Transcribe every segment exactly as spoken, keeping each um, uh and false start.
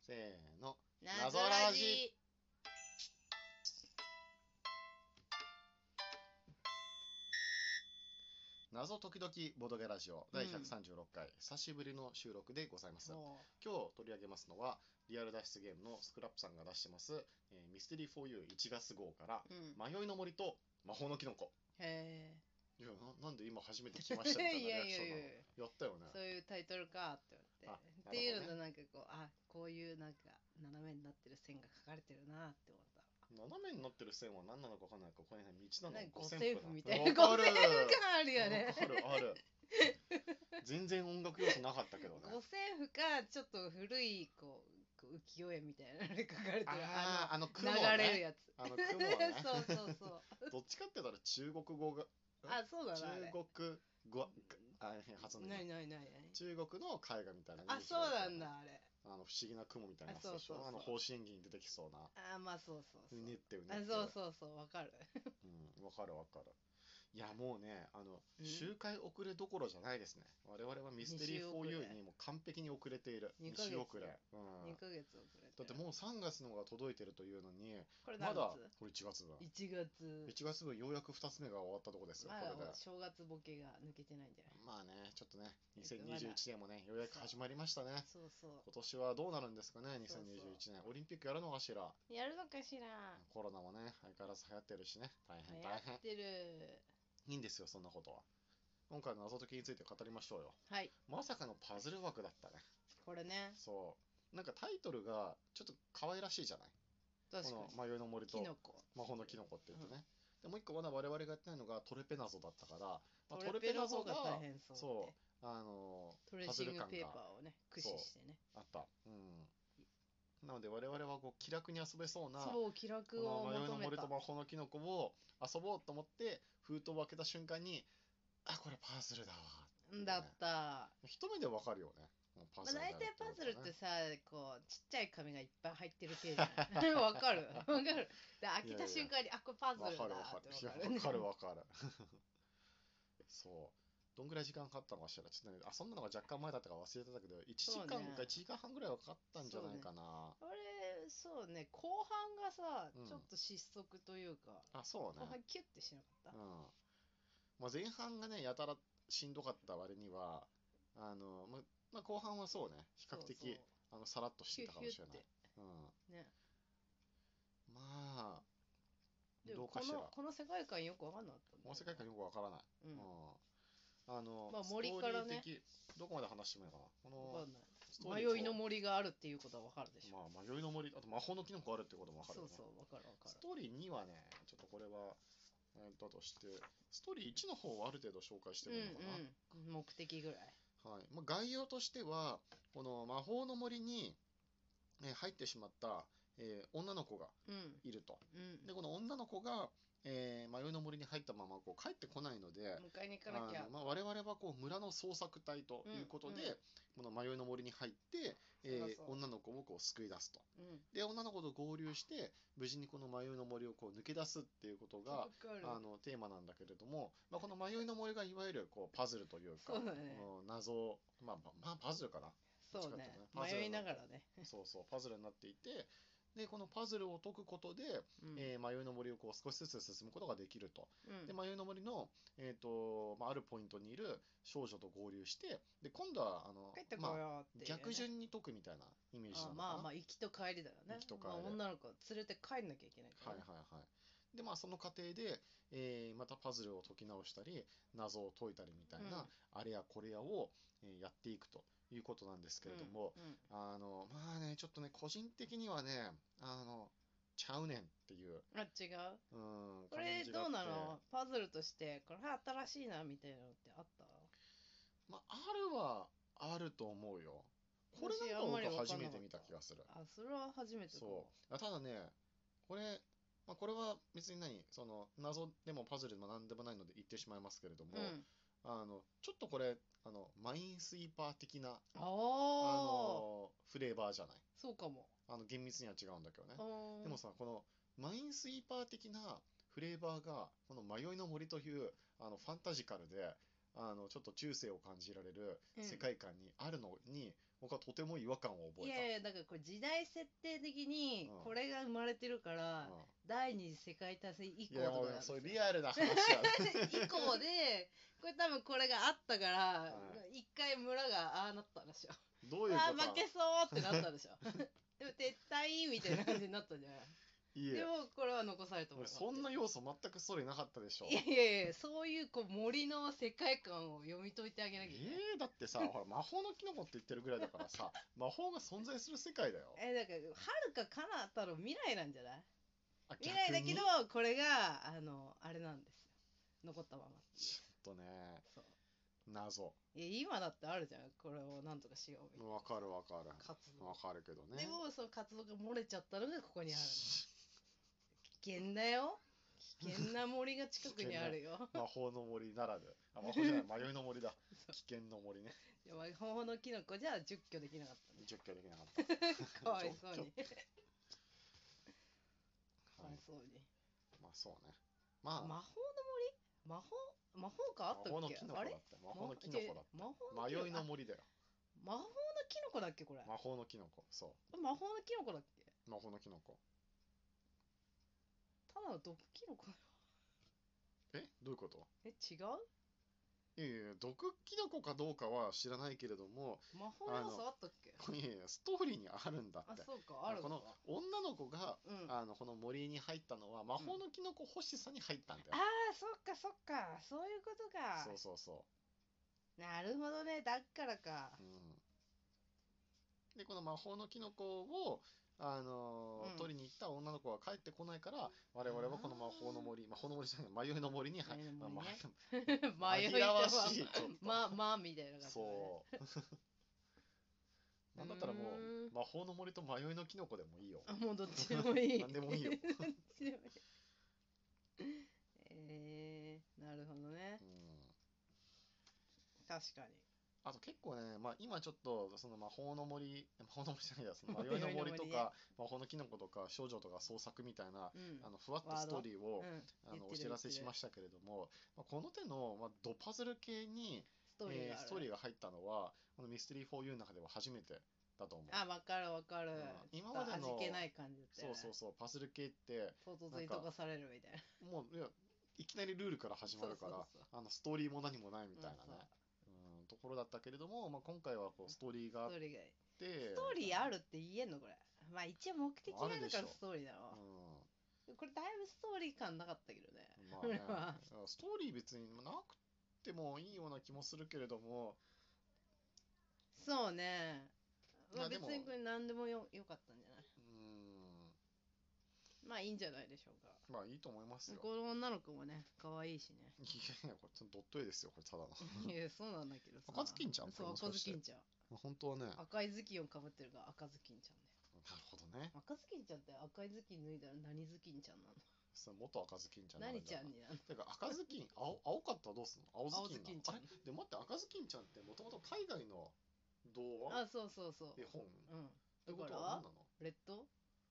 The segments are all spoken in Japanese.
せーの。 謎ラジ。 謎時々ボドゲラジオだいひゃくさんじゅうろっかい、久しぶりの収録でございます。 お今日取り上げますのはリアル脱出ゲームのスクラップさんが出してます、えーミステリー フォーユーいちがつ号からうん。 迷いの森と魔法のキノコ。 へいや な, なんで今初めて聞きましたみたいなリアクションなの。 いやいやいややったよね。 そういうタイトルかって思あ、 って。っなるほどね。 ていうのとなんかこう、あ、こういうなんか斜めになってる線が描かれてるなって思った。 斜めになってる線は何なのか分かんないか、これね、道なの。 なんか五線線譜みたいな。 わかる。 五線譜感あるよね。 わかるある。全然音楽要素なかったけどね。 五線譜かちょっと古いこうこう浮世絵みたいなので描かれてるあーあのの雲ね流れるやつ。 あの雲ねそうそうそう。 どっちかって言ったら中国語が、 あ、そうだ中なあれ。 国語、あ、発音でなになになになに。 中国の絵画みたいなあ、そうなんだあれ。 あの不思議な雲みたいなやつでしょ。 あそうそうそうあの方針演技に出てきそうな。 あ、まあそうそうそう。 うねってうねあ、 って。 そうそうそう、わかる。 うん、わかるわかる。いやもうね、あの、 うん周回遅れどころじゃないですね。我々はミステリー フォーユー にもう完璧に遅れている。 ににヶ月週遅れ。うん。 にかげつ遅れてる。 だってもうさんがつのが届いてるというのに、 これまだ何月？ これいちがつだ。 いちがつ。 いちがつ分ようやくふたつめが終わったとこですよ、 まだこれで。 正月ボケが抜けてないんじゃない？ まあね、ちょっとね、 えっとにせんにじゅういちねんもね、ようやく始まりましたね。 そうそう今年はどうなるんですかね、 そうそうにせんにじゅういちねん。オリンピックやるのかしら。 やるのかしら。 コロナもね、相変わらず流行ってるしね。大変大変。 やってる。 いいんですよ、そんなことは。今回の謎解きについて語りましょうよ。 はい。 まさかのパズル枠だったね。 これね。 そう。なんかタイトルがちょっと可愛らしいじゃない。 確かに。 この迷いの森とキノコ。 魔法のキノコって言ってね。でもう一個まだ我々がやってないのがトレペ謎だったから、まあトレペの方が大変そうって。 そう、あのトレーシングペーパーをね、駆使してね。 あった。うん。なので我々はこう気楽に遊べそうな、 そう、気楽をこの迷いの求めた。 森と魔法のキノコを遊ぼうと思って封筒を開けた瞬間に、あ、これパズルだわ。 だった。 一目でわかるよね。パまあ、 ズルだよ大体パズルってねさ、こうちっちゃい紙がいっぱい入ってる系じゃないわかるわかる。で、開けた瞬間に、あ、これパズルだってわかる。 いやわかるわかる。そう。どんぐらい時間かかったのかしら。ちょっとね、遊んだのが若干前だったから忘れてたけど、いちじかんかいちじかんはんぐらいはかかったんじゃないかな。 あれ、そうね、後半がさ、 うんちょっと失速というか、 あ、そうね。 後半キュッてしなかった。 うん。まあ、前半がね、やたらしんどかった割には、あの、ま、まあ、後半はそうね、比較的そうそうあのさらっとしてたかもしれない。 ヒュッヒうん。 ね。 まあ、 でもどうかしら。 このこの世界観よくわかんなかったんだよね。 この世界観よくわからない。 うんあの、 まあ森からねストーリー的、どこまで話してもいいのかな。このわかんない。 ストーリー迷いの森があるっていうことはわかるでしょ。 まあ、迷いの森、あと魔法のキノコあるってこともわかるよね。 そうそう、わかるわかる。 ストーリーにはね、ちょっとこれは、えー、だとして、ストーリーいちの方はある程度紹介してもいいのかな。 うんうん、目的ぐらい。 はいまあ、概要としては、この魔法の森に、えー入ってしまった、えー女の子がうんいると。 うん。 で、この女の子が、えー迷いの森に入ったままこう帰ってこないので、 迎えに行かなきゃあの。まあ、我々はこう村の捜索隊ということで、 うんうんこの迷いの森に入って、えーそうそう女の子をこう救い出すと。 うん。 で、女の子と合流して、無事にこの迷いの森をこう抜け出すっていうことが、 わかる。 あのテーマなんだけれども、まあ、この迷いの森がいわゆるこうパズルというか、 そうだねこの謎、まあ、まあ、パズルかな。 そうねパズル迷いながらね。 そうそう、パズルになっていて、で、このパズルを解くことで、 うんえー迷いの森をこう少しずつ進むことができると。 うんで、迷いの森の、えーとまあ、あるポイントにいる少女と合流して、で、今度はあの、 帰ってこまあ、 ようっていうね。 逆順に解くみたいなイメージなあのかな。 まあまあ行きと帰りだよね。 行きと帰りまあ、女の子連れて帰んなきゃいけないかはいらね。 はいはい。で、まあ、その過程で、えーまたパズルを解き直したり、謎を解いたりみたいな、あれやこれやを、えーやっていくということなんですけれども、 うんうんあの、まあね、ちょっとね、個人的にはね、あの、ちゃうねんっていう、 あ違う。 うん、 これ感じがあってどうなの？パズルとしてこれ新しいなみたいなのってあった？ まあ、あるはあると思うよ。これなんか僕初めて見た気がする。 あ、それは初めてかも。 そう。あただね、これ、まあ、これは別に何、その謎でもパズルでも何でもないので言ってしまいますけれども、 うん。 あのちょっとこれあのマインスイーパー的なああ。 あのフレーバーじゃない。 そうかも。 あの厳密には違うんだけどね。 あでもさ、このマインスイーパー的なフレーバーがこの迷いの森というあのファンタジカルであのちょっと中世を感じられる世界観にあるのに、 僕はとても違和感を覚えた。 いやいや、だからこれ時代設定的にうんこれが生まれてるから、 うん第二次世界大戦以いやもう降とかなんですよ。 そういうリアルな話や以降で、これ多分これがあったから、 は一回村がああなったんでしょ。 どういうことなのあー負けそうってなったでしょ。でも撤退みたいな感じになったじゃない。 いやでもこれは残されたもん。 そんな要素全くストーリーなかったでしょ。 いやいやいや、そういうこう森の世界観を読み解いてあげなきゃいけない。 えー、だってさ、ほら魔法のキノコって言ってるぐらいだからさ、魔法が存在する世界だよ。 え、だから、はるか彼方の未来なんじゃない？ あ未来だけど逆に、 これがあのあれなんですよ、残ったまま。 ちょっとね、 そう謎。 いや今だってあるじゃん、これをなんとかしようみたいなわかるわかる。 活動。 わかるけどね。 でもその活動が漏れちゃったのがここにあるの。危険だよ、危険な森が近くにあるよ。 魔法の森ならぬ。あ、魔法じゃない、迷いの森だ。 そう危険の森ね。 でも魔法のキノコじゃ除去できなかったね。 除去できなかった。 かわいそうに。かはいわいそうに。 まあそうね。まあ、 魔法の森、魔法魔法かあったっけ？ 魔法のキノコあれだって。魔法のキノコだって。 魔法のキノコ迷いの森だよ。 魔法のキノコだっけこれ？ 魔法のキノコ。そ魔法のキノコだっけ？ う。魔法のキノコ。 ただの毒キノコ。 えどういうこと？ え、違う？ いやいや、毒キノコかどうかは知らないけれども、 魔法要素あったっけ？ いやいや、ストーリーにあるんだあ、 って。 そうか、あるこののか。 女の子が、 うん。 あのこの森に入ったのは魔法のキノコ欲しさに入ったんだよ。 ああ、そっかそっか、そういうことか。 そうそうそなるほどね、だっからかう。。うん、で、この魔法のキノコを、あのーうん取りに行った女の子が帰ってこないから、我々はこの魔法の森、魔法の森じゃない、迷いの森に入迷いの森ねま迷い紛らわしい、ちょっと。 まあまあみたいな感じだね。 そう。なんだったらもうーう、魔法の森と迷いのキノコでもいいよ。 あ、もうどっちでもいい。 なんでもいいよ。 どっちでもいい。えー、なるほどねう。ん確かに。 あと結構ね、まあ、今ちょっとその魔法の森、魔法の森じゃないや、その迷いの森とか、魔法のキノコとか、少女とか創作みたいな、 うん。 あのふわっとストーリーを、 うん、 あのお知らせしましたけれども、まあ、この手の、まあ、ドパズル系にストーリーえーがある。 ストーリーが入ったのは、このミステリー フォーユー の中では初めてだと思う。 あ、わかるわかる。 うんちょっと今までの味気ない感じだったよね。 そうそうそう、パズル系って、 唐突に溶かされるみたいな。 もういやいきなりルールから始まるから、 そうそうそうあのストーリーも何もないみたいなうんね、うんところだったけれども、まあ、今回はこうストーリーがあっストーリーがて、 ストーリーあるって言えんのこれ？まあ一応目的があるからあるでしょストーリーだろ。 うこれだいぶストーリー感なかったけどね。 ん、まあこれねは、 ストーリー別になくてもいいような気もするけれども、 そうね。まあ別まあでもにこれ何でもよよかったんじゃない？ うんまあいいんじゃないでしょうか。 まあいいと思いますよ。 この女の子もね、可愛いしね。 いやいや、これドット絵ですよ、これただの。 いや、そうなんだけどさ。 赤ずきんちゃんそう、 もしかして赤ずきんちゃん。 本当はね、なる赤い頭巾をかぶってるが赤ずきんちゃんだよ。 ほどね。 赤ずきんちゃんって赤い頭巾脱いだら何ずきんちゃんなの？ それ元赤ずきんちゃんなんだ何ちゃんになるの？ てか赤ずきん、青青かったらどうすんの？青青ずきんなの。 ずきんちゃんあれで待って、赤ずきんちゃんってもともと海外の童話あ、そうそうそう。 絵本っうん。 てことだからは何なの？ レッド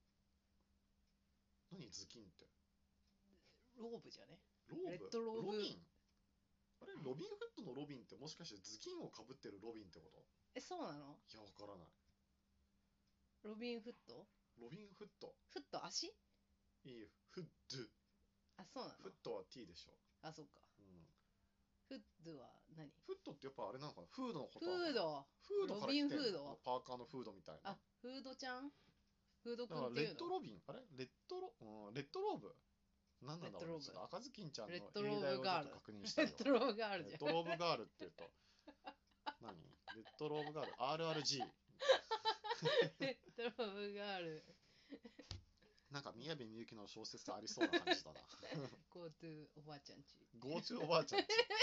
何ズキンってローブじゃね？ ローブレッドローブビンあれロビンフットのロビンってもしかしてズキンをかぶってるロビンってこと？ え、そうなの？ いや、わからない。 ロビンフット？ ロビンフットフット足？ いいフッドあ、そうなの？ フットは T でしょ。 あ、そうか。 うんフッドは何？ フットってやっぱあれなのかな、フードのことフード。 フードから来てんのロビンフードパーカーのフードみたいな。 あ、フードちゃん？フードくだからんっていうの？ レッドロビンあれレッドロ、うん、レッドローブなんなんだろうね。 レッドローブちょっと赤ずきんちゃんのレッドローブ英題をちょガールっと確認したいよ。 レッドローブがあるじゃん。 レッドローブガールって言うと何レッドローブガール アールアールジーレッドローブがある。 なんか宮部みゆきの小説でありそうな感じだな。 Go to おばあちゃんち。 Go to おばあちゃんち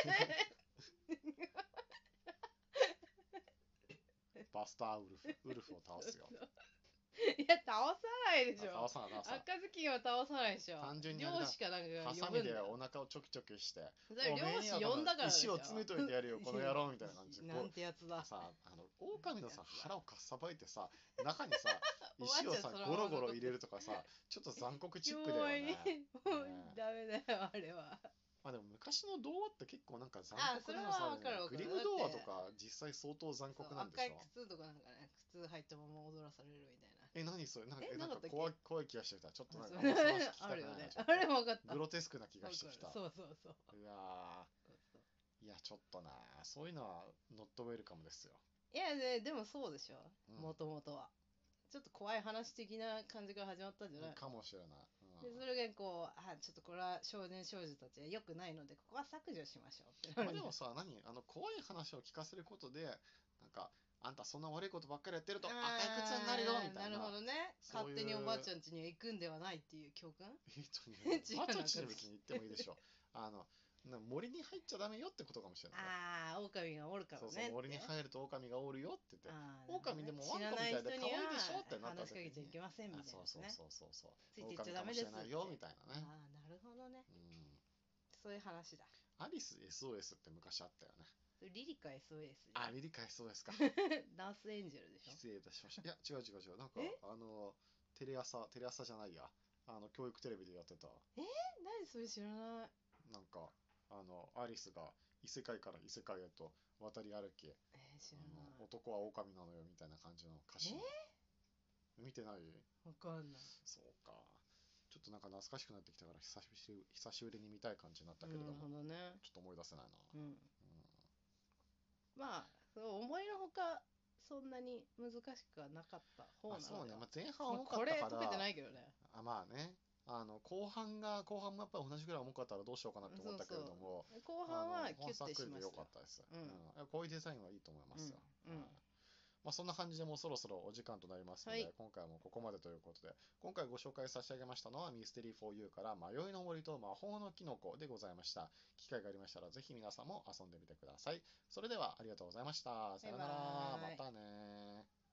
バスターウルフウルフを倒すよ。 いや、倒さないでしょ。 倒さな倒さな赤ずきんは倒さないでしょ。 単純にあれだ漁師かなんかがハサミで呼ぶんだよ。 お腹をチョキチョキしてそれ漁師呼んだからでしょ。 石を詰めといてやるよこの野郎みたいな感じでこなんうてやつだ。 さあの狼のさ腹をかっさばいてさ中にさおばあちゃん石をさそのままゴロゴロ入れるとかさちょっと残酷チックだよね。 もうねダメだよ、あれは。 まあでも昔の童話って結構なんか残あ、それ酷なのさ、 はわかるわかる。 グリム童話とだってか実際相当残そう酷なんで赤いしょ？ 靴とかなんかね、靴履いたまま踊らされるみたいな。 え、何それ？なんか、 え、 え、なんかなかったっけ？ 怖い、怖い気がしてきた。ちょっとあ、 なんそうかあんまその話聞きあたくないな、 るよね。あちょっと。 れも分かった。 グロテスクな気がわかる。 してきた。 そうそうそう。 うわそうそうー、いや、ちょっとな、そういうのはノットウェルカムですよ。 いやね、でもそうでしょ。 うんもともとは。ちょっと怖い話的な感じから始まったんじゃないの？ かもしれない。 で、 うんそれがこう、あ、ちょっとこれは少年少女たちは良くないので、ここは削除しましょうってなるんじゃん。 まあでもさ、何あの怖い話を聞かせることで、なんか、あんたそんな悪いことばっかりやってると赤い靴になるよみたいな。 なるほどね。 そういう勝手におばあちゃん家には行くんではないっていう教訓。 えっとね、 違うばあちゃんなんかちに別に行ってもいいでしょ。あの、な森に入っちゃダメよってことかもしれない。 ああ、狼がおるからねって。 そうそう、森に入ると狼がおるよって言って、 あーなるほどね狼でもワ知らないンコみたいで人には可愛いでしょってなった話し時に、 かけちゃいけませんみあ、 たいなそうね。 そうそうそうそう、 ついていっちゃ狼かもダメですって。 しれないよみたいなね。 ああ、なるほどね。 うん。 そういう話だ。 アリス エスオーエス って昔あったよね。 それリリカ エスオーエス じゃあ、 ん。 リリカ エスオーエス か。 ダンスエンジェルでしょ。 失礼いたしました。いや、違う違う違う。なんか、 えあの、テレ朝、テレ朝じゃないや。あの、教育テレビでやってた、 何それ知らない。 なんか、あの、アリスが異世界から異世界へと渡り歩き、 えー、知らあない。 の男は狼なのよみたいな感じの歌詞の。見てない？ わかんない。 そうか。ちょっとなんか懐かしくなってきたから久しぶり久しぶりに見たい感じになったけれどなるも、 ほどね。 ちょっと思い出せないな。 うん。 うんまあ、そう思いのほか、そんなに難しくはなかった方なのでは。 あ、そうね、まあ、前半まあ重かこれったから、 解けてないけどね。 あ、まあね、あの後半が後半もやっぱり同じぐらい重かったらどうしようかなって思ったけれども、 そうそう後半はあのキュッてしま本作で良したよ。 かったです。 うんうんこういうデザインはいいと思いますよ。 うんうんはいまあ、そんな感じでもうそろそろお時間となりますので、 はい今回もここまでということで、今回ご紹介差し上げましたのはミステリー フォーユー から迷いの森と魔法のキノコでございました。機会がありましたらぜひ皆さんも遊んでみてください。それではありがとうございました。さようなら。 バイバーイまたね。